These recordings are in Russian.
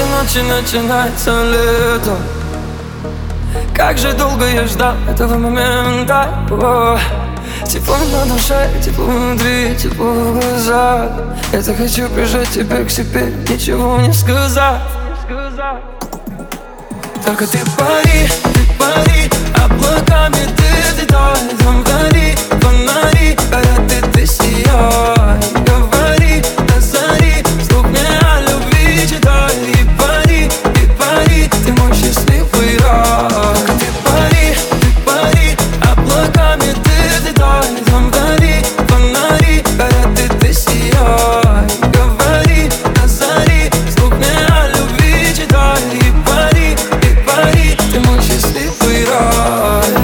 этой ночи начинается лето. Как же долго я ждал этого момента. Тепло на душе, тепло внутри, тепло в глазах. Я-то хочу прижать тебя к себе, ничего не сказав. Только ты пари, облаками ты летай. Там вдали фонари, горят, ты сияй. Говори до зари, вслух мне о любви читай. И пари, ты мой счастливый рай. Только ты пари, облаками ты летай. Там вдали фонари, горят, ты сияй. Говори до зари, вслух мне о любви читай. И пари, ты мой счастливый рай.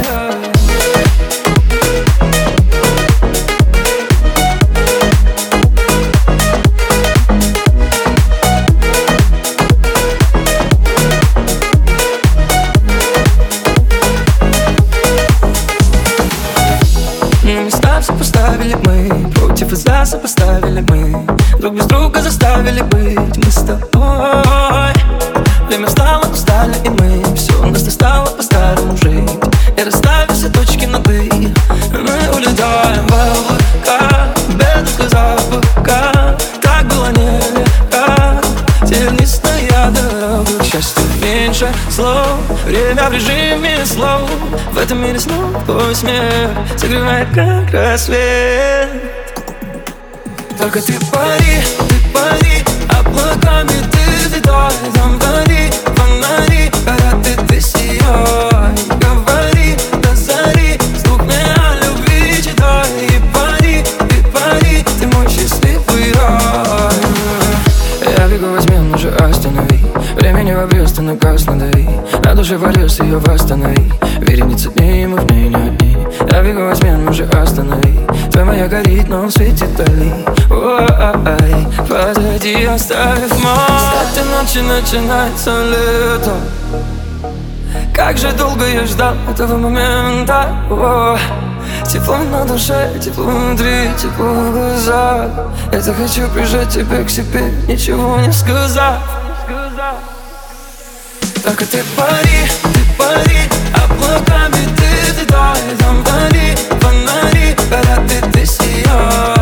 На места все поставили мы, против и за сопоставили мы, друг без друга заставили быть мы с тобой. Время встало, устали и мы, все у нас стало по-старому жить. И расставив все точки над «и», мы улетаем в облака, без запаха. Так было нелегко, тернистая дорога. К счастью, меньше слов, время в режиме слов. В этом мире снова твой смех согревает, как рассвет. Только ты пари, облаками ты летай. Там вдали фонари, горят, ты сияй. Говори до зари, вслух мне о любви читай. И пари, ты мой счастливый рай. Я бегу, возьми, уже останови. Времени в обрез, ты наказ надави. На душе полез, ее восстанови. Вереница дней, мы в ней не одни. Я бегу, возьми, уже останови. Твоя моя горит, но он светит вдали. Ой, подойди, оставив мой. С этой ночи начинается лето. Как же долго я ждал этого момента. Тепло на душе, тепло внутри, тепло в глазах. Я-то хочу прижать тебя к себе, ничего не сказав. Только ты пари, облаками ты летай. Там вдали фонари, горят, ты сияй.